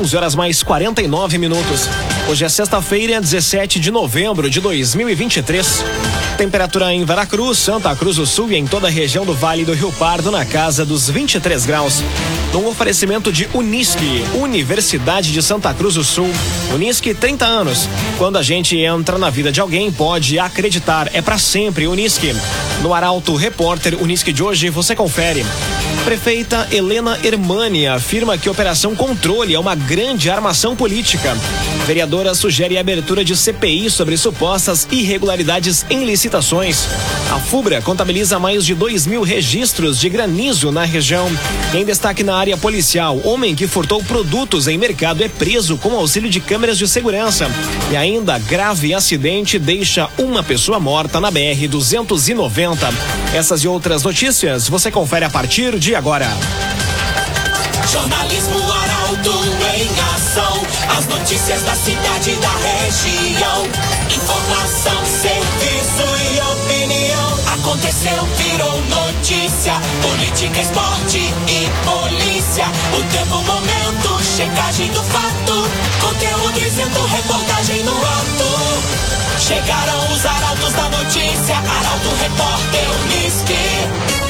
11h mais 49. Hoje é sexta-feira, 17 de novembro de 2023. Temperatura em Veracruz, Santa Cruz do Sul e em toda a região do Vale do Rio Pardo na casa dos 23 graus. Num oferecimento de Unisque, Universidade de Santa Cruz do Sul. Unisque, 30 anos. Quando a gente entra na vida de alguém, pode acreditar. É pra sempre, Unisque. No Arauto Repórter Unisque de hoje, você confere. Prefeita Helena Hermani afirma que Operação Controle é uma grande armação política. Vereadora sugere a abertura de CPI sobre supostas irregularidades em licitações. A FUBRA contabiliza mais de 2.000 registros de granizo na região. Em destaque na área policial, homem que furtou produtos em mercado é preso com auxílio de câmeras de segurança. E ainda, grave acidente deixa uma pessoa morta na BR-290. Essas e outras notícias você confere a partir de agora. Jornalismo Arauto em ação. As notícias da cidade e da região. Informação, serviço e opinião. Aconteceu, virou notícia. Política, esporte e polícia. O tempo, momento, checagem do fato. Conteúdo dizendo, reportagem no ato. Chegaram os arautos da notícia. Arauto, repórter, Unisque.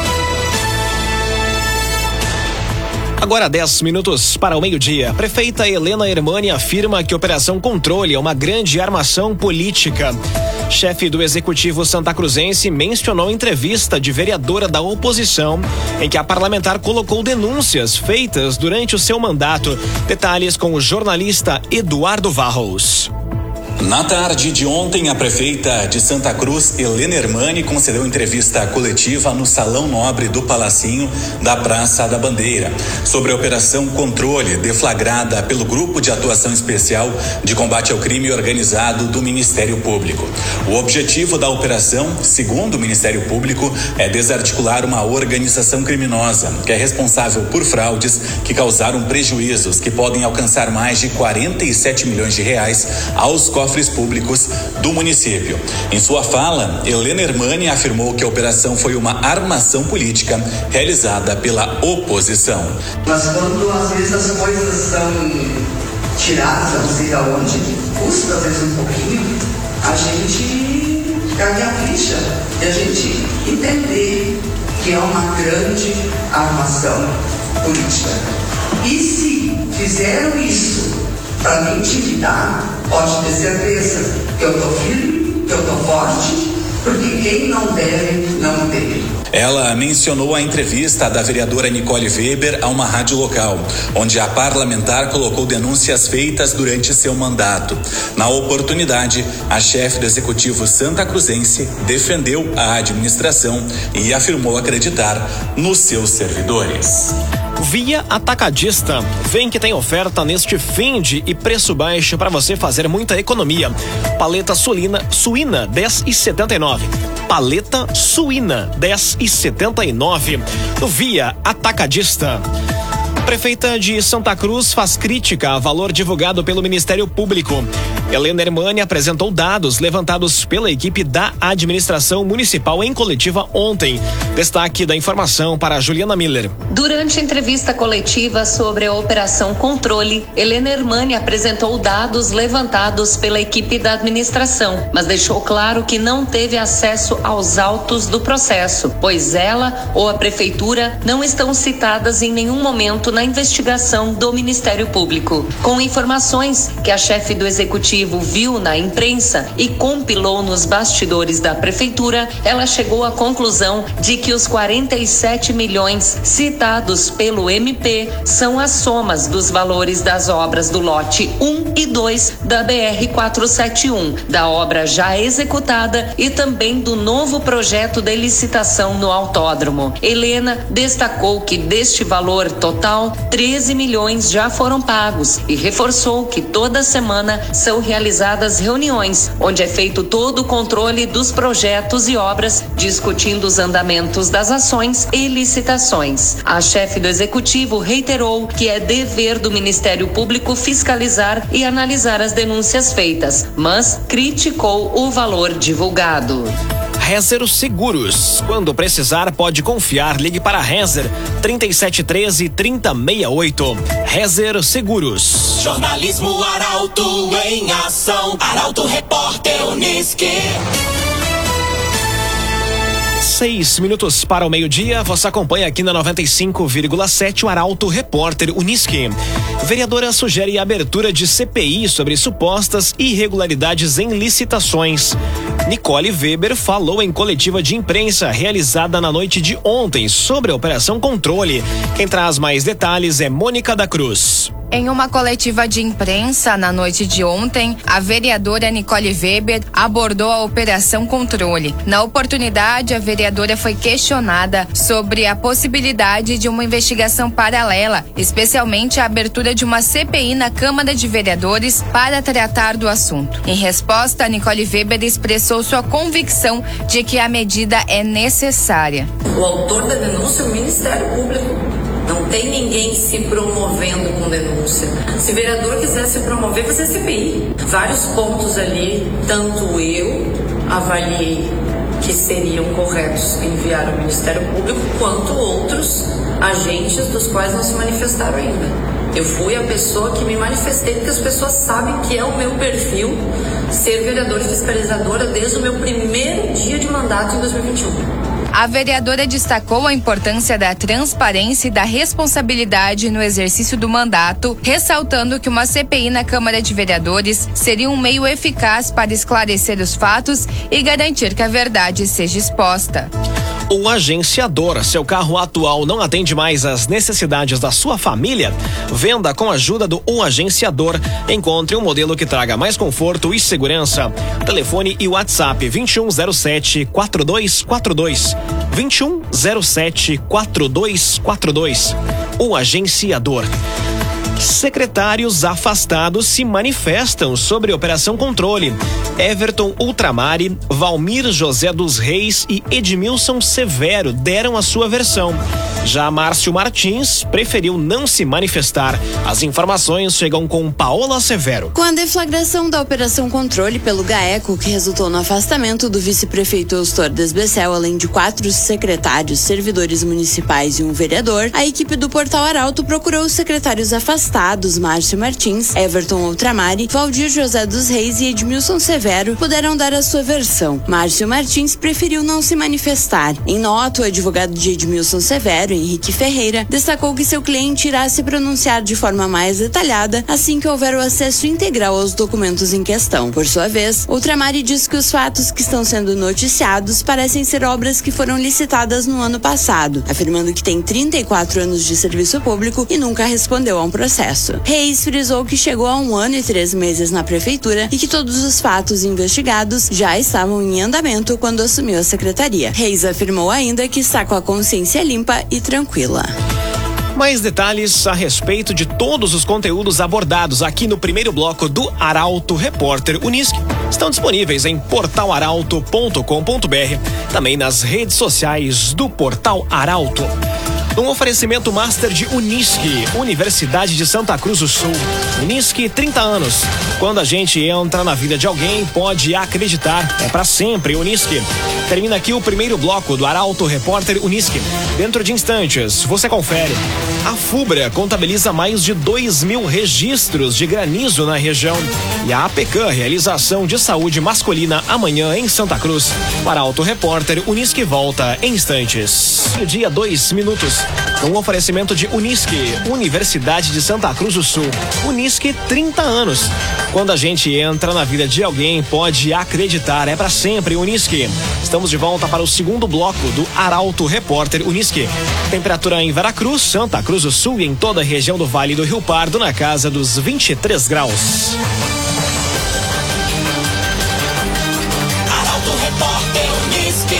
Agora 10 minutos para o meio-dia. Prefeita Helena Hermani afirma que Operação Controle é uma grande armação política. Chefe do Executivo santacruzense mencionou entrevista de vereadora da oposição em que a parlamentar colocou denúncias feitas durante o seu mandato. Detalhes com o jornalista Eduardo Varros. Na tarde de ontem, a prefeita de Santa Cruz, Helena Hermani, concedeu entrevista coletiva no Salão Nobre do Palacinho da Praça da Bandeira, sobre a Operação Controle, deflagrada pelo Grupo de Atuação Especial de Combate ao Crime Organizado do Ministério Público. O objetivo da operação, segundo o Ministério Público, é desarticular uma organização criminosa que é responsável por fraudes que causaram prejuízos que podem alcançar mais de 47 milhões de reais aos cofres públicos do município. Em sua fala, Helena Hermani afirmou que a operação foi uma armação política realizada pela oposição. Mas quando às vezes as coisas são tiradas, não sei de onde, custa às vezes um pouquinho, a gente caga a ficha e a gente entender que é uma grande armação política. E se fizeram isso para me intimidar, pode ter certeza que eu tô firme, que eu tô forte, porque quem não deve, não teme. Ela mencionou a entrevista da vereadora Nicole Weber a uma rádio local, onde a parlamentar colocou denúncias feitas durante seu mandato. Na oportunidade, a chefe do Executivo santacruzense defendeu a administração e afirmou acreditar nos seus servidores. Via Atacadista. Vem que tem oferta neste finde e preço baixo para você fazer muita economia. Paleta suína 10,79. Paleta suína 10,79. No Via Atacadista. Prefeita de Santa Cruz faz crítica a valor divulgado pelo Ministério Público. Helena Hermani apresentou dados levantados pela equipe da administração municipal em coletiva ontem. Destaque da informação para Juliana Miller. Durante a entrevista coletiva sobre a Operação Controle, Helena Hermani apresentou dados levantados pela equipe da administração, mas deixou claro que não teve acesso aos autos do processo, pois ela ou a prefeitura não estão citadas em nenhum momento na investigação do Ministério Público. Com informações que a chefe do Executivo viu na imprensa e compilou nos bastidores da prefeitura, ela chegou à conclusão de que os 47 milhões citados pelo MP são as somas dos valores das obras do lote 1 e 2 da BR-471, da obra já executada e também do novo projeto de licitação no autódromo. Helena destacou que deste valor total, 13 milhões já foram pagos e reforçou que toda semana são realizadas reuniões, onde é feito todo o controle dos projetos e obras, discutindo os andamentos das ações e licitações. A chefe do executivo reiterou que é dever do Ministério Público fiscalizar e analisar as denúncias feitas, mas criticou o valor divulgado. Rezer Seguros. Quando precisar, pode confiar. Ligue para Rezer 3713-3068. Rezer Seguros. Jornalismo Arauto em ação. Arauto Repórter Unisque. 6 minutos para o meio-dia, você acompanha aqui na 95,7 o Arauto Repórter Unisque. Vereadora sugere a abertura de CPI sobre supostas irregularidades em licitações. Nicole Weber falou em coletiva de imprensa realizada na noite de ontem sobre a Operação Controle. Quem traz mais detalhes é Mônica da Cruz. Em uma coletiva de imprensa na noite de ontem, a vereadora Nicole Weber abordou a Operação Controle. Na oportunidade, a vereadora foi questionada sobre a possibilidade de uma investigação paralela, especialmente a abertura de uma CPI na Câmara de Vereadores para tratar do assunto. Em resposta, Nicole Weber expressou sua convicção de que a medida é necessária. O autor da denúncia é o Ministério Público. Não tem ninguém se promovendo com denúncia. Se o vereador quiser se promover, vai ser CPI. Vários pontos ali, tanto eu avaliei que seriam corretos enviar ao Ministério Público, quanto outros agentes dos quais não se manifestaram ainda. Eu fui a pessoa que me manifestei, porque as pessoas sabem que é o meu perfil ser vereadora fiscalizadora desde o meu primeiro dia de mandato em 2021. A vereadora destacou a importância da transparência e da responsabilidade no exercício do mandato, ressaltando que uma CPI na Câmara de Vereadores seria um meio eficaz para esclarecer os fatos e garantir que a verdade seja exposta. O agenciador, seu carro atual não atende mais às necessidades da sua família? Venda com a ajuda do Agenciador. Encontre um modelo que traga mais conforto e segurança. Telefone e WhatsApp 2107-4242. 2107-4242. O Agenciador. Secretários afastados se manifestam sobre a Operação Controle. Everton Ultramari, Valmir José dos Reis e Edmilson Severo deram a sua versão. Já Márcio Martins preferiu não se manifestar. As informações chegam com Paola Severo. Com a deflagração da Operação Controle pelo GAECO, que resultou no afastamento do vice-prefeito Eustor Desbecel, além de 4 secretários, servidores municipais e um vereador, a equipe do Portal Arauto procurou os secretários afastados, Márcio Martins, Everton Ultramari, Valdir José dos Reis e Edmilson Severo, puderam dar a sua versão. Márcio Martins preferiu não se manifestar. Em nota, o advogado de Edmilson Severo, Henrique Ferreira, destacou que seu cliente irá se pronunciar de forma mais detalhada assim que houver o acesso integral aos documentos em questão. Por sua vez, Ultramari diz que os fatos que estão sendo noticiados parecem ser obras que foram licitadas no ano passado, afirmando que tem 34 anos de serviço público e nunca respondeu a um processo. Reis frisou que chegou a 1 ano e 3 meses na prefeitura e que todos os fatos investigados já estavam em andamento quando assumiu a secretaria. Reis afirmou ainda que está com a consciência limpa e tranquila. Mais detalhes a respeito de todos os conteúdos abordados aqui no primeiro bloco do Arauto Repórter Unisque estão disponíveis em portalarauto.com.br, também nas redes sociais do Portal Arauto. Um oferecimento master de Unisque, Universidade de Santa Cruz do Sul. Unisque, 30 anos. Quando a gente entra na vida de alguém, pode acreditar. É pra sempre, Unisque. Termina aqui o primeiro bloco do Arauto Repórter Unisque. Dentro de instantes, você confere. A Fubra contabiliza mais de 2.000 registros de granizo na região. E a APECAM realiza ação de saúde masculina amanhã em Santa Cruz. O Arauto Repórter Unisque volta em instantes. Dia 2 minutos. Um oferecimento de Unisque, Universidade de Santa Cruz do Sul. Unisque, 30 anos. Quando a gente entra na vida de alguém, pode acreditar. É pra sempre, Unisque. Estamos de volta para o segundo bloco do Arauto Repórter Unisque. Temperatura em Veracruz, Santa Cruz do Sul e em toda a região do Vale do Rio Pardo na casa dos 23 graus. Arauto Repórter Unisque.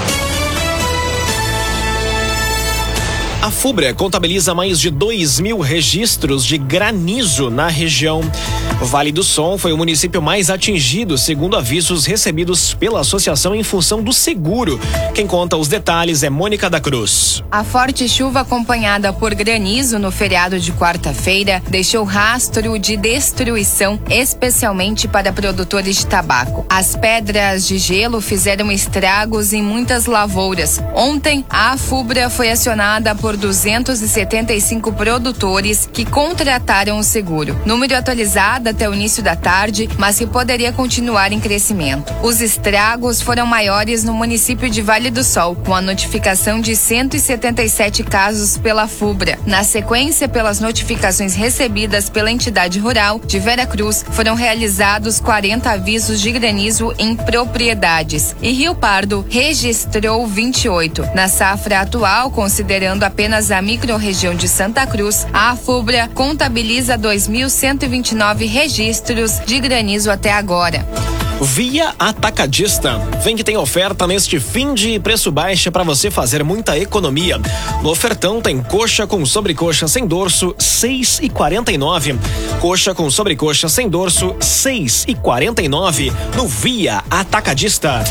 A Fubra contabiliza mais de 2.000 registros de granizo na região. O Vale do Som foi o município mais atingido, segundo avisos recebidos pela associação em função do seguro. Quem conta os detalhes é Mônica da Cruz. A forte chuva acompanhada por granizo no feriado de quarta-feira deixou rastro de destruição, especialmente para produtores de tabaco. As pedras de gelo fizeram estragos em muitas lavouras. Ontem, a AFUBRA foi acionada por 275 produtores que contrataram o seguro. Número atualizado até o início da tarde, mas que poderia continuar em crescimento. Os estragos foram maiores no município de Vale do Sol, com a notificação de 177 casos pela FUBRA. Na sequência, pelas notificações recebidas pela entidade rural de Vera Cruz, foram realizados 40 avisos de granizo em propriedades. E Rio Pardo registrou 28. Na safra atual, considerando apenas a microrregião de Santa Cruz, a AFUBRA contabiliza 2.129 registros de granizo até agora. Via Atacadista. Vem que tem oferta neste fim de preço baixo para você fazer muita economia. No ofertão tem coxa com sobrecoxa sem dorso, 6,49. Coxa com sobrecoxa sem dorso, 6,49 no Via Atacadista.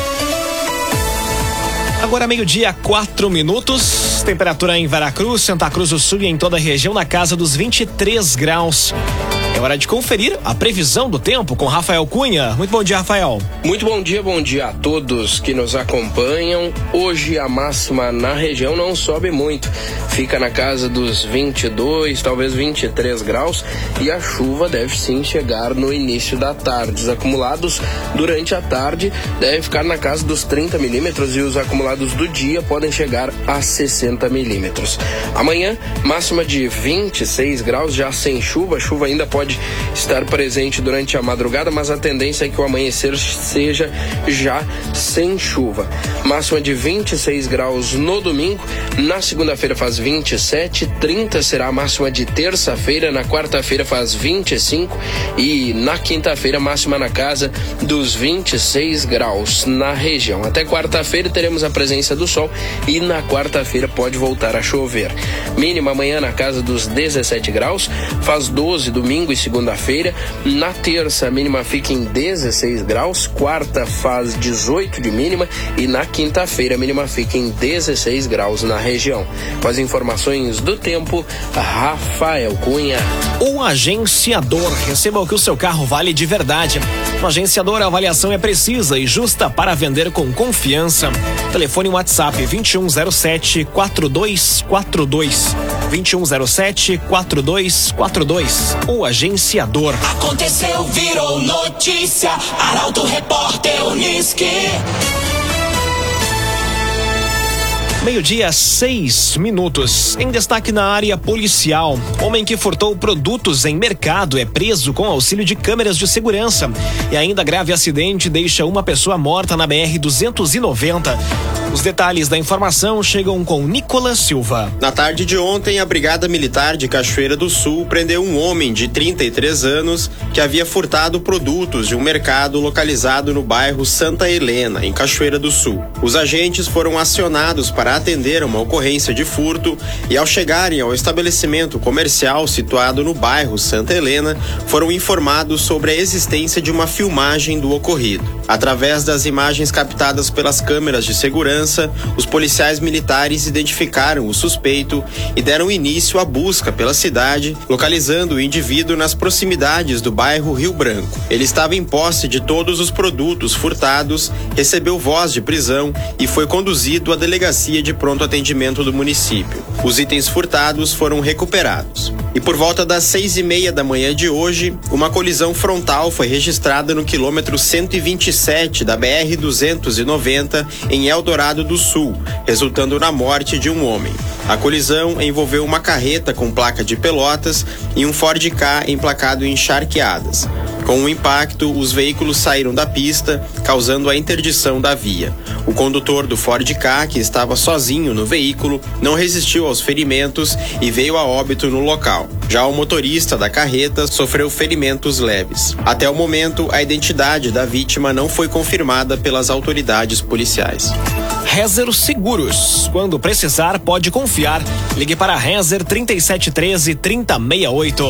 Agora 12h, 4 minutos. Temperatura em Veracruz, Santa Cruz do Sul e em toda a região na casa dos 23 graus. É hora de conferir a previsão do tempo com Rafael Cunha. Muito bom dia, Rafael. Muito bom dia a todos que nos acompanham. Hoje a máxima na região não sobe muito, fica na casa dos 22, talvez 23 graus e a chuva deve sim chegar no início da tarde. Os acumulados durante a tarde devem ficar na casa dos 30 milímetros e os acumulados do dia podem chegar a 60 milímetros. Amanhã, máxima de 26 graus, já sem chuva. A chuva ainda pode estar presente durante a madrugada, mas a tendência é que o amanhecer seja já sem chuva. Máxima de 26 graus no domingo, na segunda-feira faz 27, 30 será a máxima de terça-feira, na quarta-feira faz 25 e na quinta-feira máxima na casa dos 26 graus na região. Até quarta-feira teremos a presença do sol e na quarta-feira pode voltar a chover. Mínima amanhã na casa dos 17 graus, faz 12 domingo e segunda-feira. Na terça a mínima fica em 16 graus, quarta faz 18 de mínima e na quinta-feira a mínima fica em 16 graus na região. Com as informações do tempo, Rafael Cunha. O agenciador, receba o que o seu carro vale de verdade. No agenciador, a avaliação é precisa e justa para vender com confiança. Telefone WhatsApp 2107-4242. 2107-4242. O agenciador. Aconteceu, virou notícia. Arauto Repórter Unisque. 12h, 6 minutos. Em destaque na área policial, homem que furtou produtos em mercado é preso com auxílio de câmeras de segurança. E ainda grave acidente deixa uma pessoa morta na BR-290. Os detalhes da informação chegam com Nicolas Silva. Na tarde de ontem, a Brigada Militar de Cachoeira do Sul prendeu um homem de 33 anos que havia furtado produtos de um mercado localizado no bairro Santa Helena, em Cachoeira do Sul. Os agentes foram acionados para atender uma ocorrência de furto e, ao chegarem ao estabelecimento comercial situado no bairro Santa Helena, foram informados sobre a existência de uma filmagem do ocorrido. Através das imagens captadas pelas câmeras de segurança, os policiais militares identificaram o suspeito e deram início à busca pela cidade, localizando o indivíduo nas proximidades do bairro Rio Branco. Ele estava em posse de todos os produtos furtados, recebeu voz de prisão e foi conduzido à delegacia de pronto atendimento do município. Os itens furtados foram recuperados. E por volta das 6:30 da manhã de hoje, uma colisão frontal foi registrada no quilômetro 127 da BR-290 em Eldorado do Sul, resultando na morte de um homem. A colisão envolveu uma carreta com placa de Pelotas e um Ford Ka emplacado em Charqueadas. Com o impacto, os veículos saíram da pista, causando a interdição da via. O condutor do Ford Ka, que estava sozinho no veículo, não resistiu aos ferimentos e veio a óbito no local. Já o motorista da carreta sofreu ferimentos leves. Até o momento, a identidade da vítima não foi confirmada pelas autoridades policiais. Rezer Seguros. Quando precisar, pode confiar. Ligue para Rezer 3713-3068.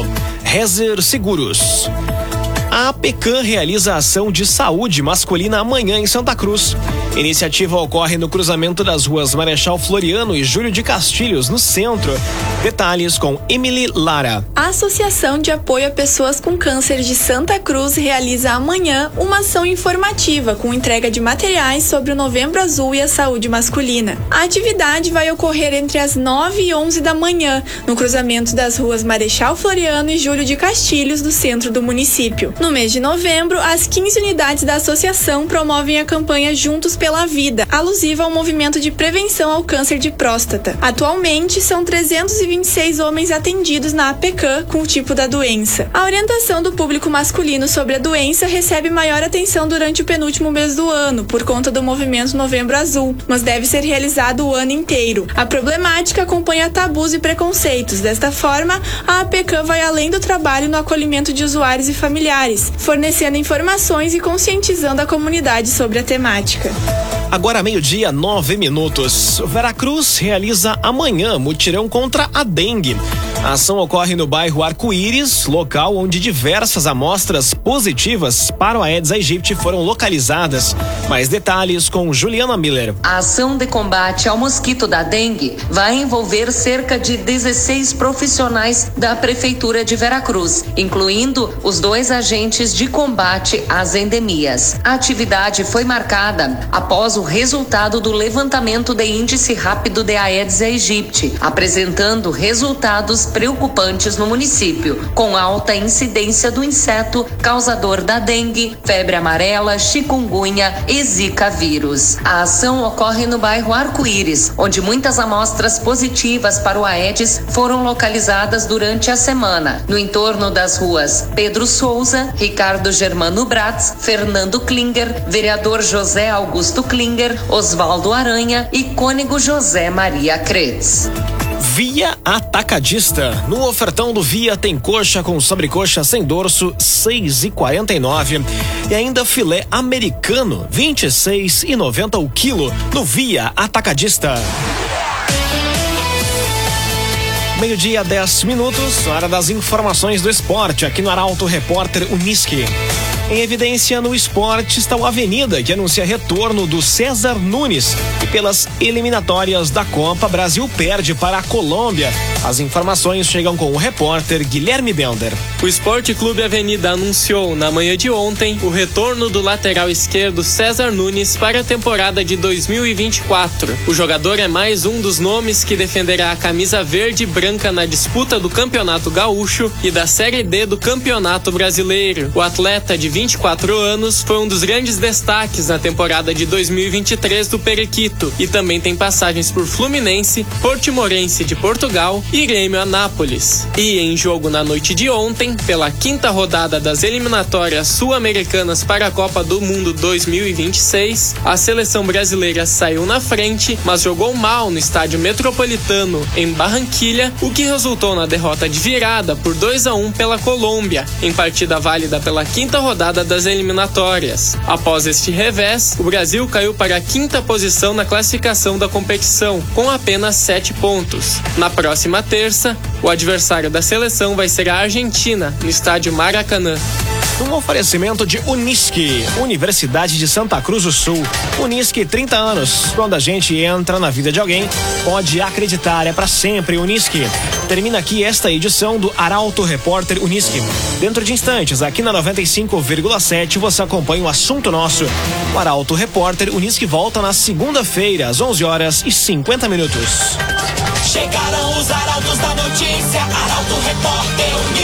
Rezer Seguros. A APECAM realiza a ação de saúde masculina amanhã em Santa Cruz. A iniciativa ocorre no cruzamento das ruas Marechal Floriano e Júlio de Castilhos, no centro. Detalhes com Emily Lara. A Associação de Apoio a Pessoas com Câncer de Santa Cruz realiza amanhã uma ação informativa com entrega de materiais sobre o Novembro Azul e a saúde masculina. A atividade vai ocorrer entre as 9 e 11 da manhã, no cruzamento das ruas Marechal Floriano e Júlio de Castilhos, do centro do município. No mês de novembro, as 15 unidades da associação promovem a campanha Juntos pela Vida, alusiva ao movimento de prevenção ao câncer de próstata. Atualmente, são 326 homens atendidos na APECAM com o tipo da doença. A orientação do público masculino sobre a doença recebe maior atenção durante o penúltimo mês do ano, por conta do movimento Novembro Azul, mas deve ser realizado o ano inteiro. A problemática acompanha tabus e preconceitos. Desta forma, a APECAM vai além do trabalho no acolhimento de usuários e familiares, fornecendo informações e conscientizando a comunidade sobre a temática. Agora 12:09. Veracruz realiza amanhã mutirão contra a dengue. A ação ocorre no bairro Arco-Íris, local onde diversas amostras positivas para o Aedes aegypti foram localizadas. Mais detalhes com Juliana Miller. A ação de combate ao mosquito da dengue vai envolver cerca de 16 profissionais da Prefeitura de Veracruz, incluindo os 2 agentes de combate às endemias. A atividade foi marcada após o resultado do levantamento de índice rápido de Aedes aegypti, apresentando resultados preocupantes no município, com alta incidência do inseto causador da dengue, febre amarela, chikungunya e zika vírus. A ação ocorre no bairro Arco-Íris, onde muitas amostras positivas para o Aedes foram localizadas durante a semana, no entorno das ruas Pedro Souza, Ricardo Germano Bratz, Fernando Klinger, vereador José Augusto Klinger, Osvaldo Aranha e cônego José Maria Kretz. Via Atacadista. No ofertão do Via tem coxa com sobrecoxa sem dorso, 6,49. E ainda filé americano, 26,90 o quilo, no Via Atacadista. 12:10, hora das informações do esporte, aqui no Arauto Repórter Unisque. Em evidência no esporte está o Avenida, que anuncia retorno do César Nunes. E pelas eliminatórias da Copa, Brasil perde para a Colômbia. As informações chegam com o repórter Guilherme Bender. O Esporte Clube Avenida anunciou na manhã de ontem o retorno do lateral esquerdo César Nunes para a temporada de 2024. O jogador é mais um dos nomes que defenderá a camisa verde e branca na disputa do Campeonato Gaúcho e da Série D do Campeonato Brasileiro. O atleta de 24 anos foi um dos grandes destaques na temporada de 2023 do Periquito e também tem passagens por Fluminense, Portimonense de Portugal e Grêmio Anápolis. E em jogo na noite de ontem, pela 5ª rodada das eliminatórias sul-americanas para a Copa do Mundo 2026, a seleção brasileira saiu na frente, mas jogou mal no estádio Metropolitano em Barranquilha, o que resultou na derrota de virada por 2-1 pela Colômbia, em partida válida pela 5ª rodada das eliminatórias. Após este revés, o Brasil caiu para a 5ª posição na classificação da competição, com apenas 7 pontos. Na próxima terça, o adversário da seleção vai ser a Argentina, no estádio Maracanã. Um oferecimento de Unisque, Universidade de Santa Cruz do Sul. Unisque, 30 anos. Quando a gente entra na vida de alguém, pode acreditar, é pra sempre Unisque. Termina aqui esta edição do Arauto Repórter Unisque. Dentro de instantes, aqui na 95,7, você acompanha o assunto nosso. O Arauto Repórter Unisque volta na segunda-feira, às 11h50. Chegaram os arautos da notícia, Arauto Repórter Unisque.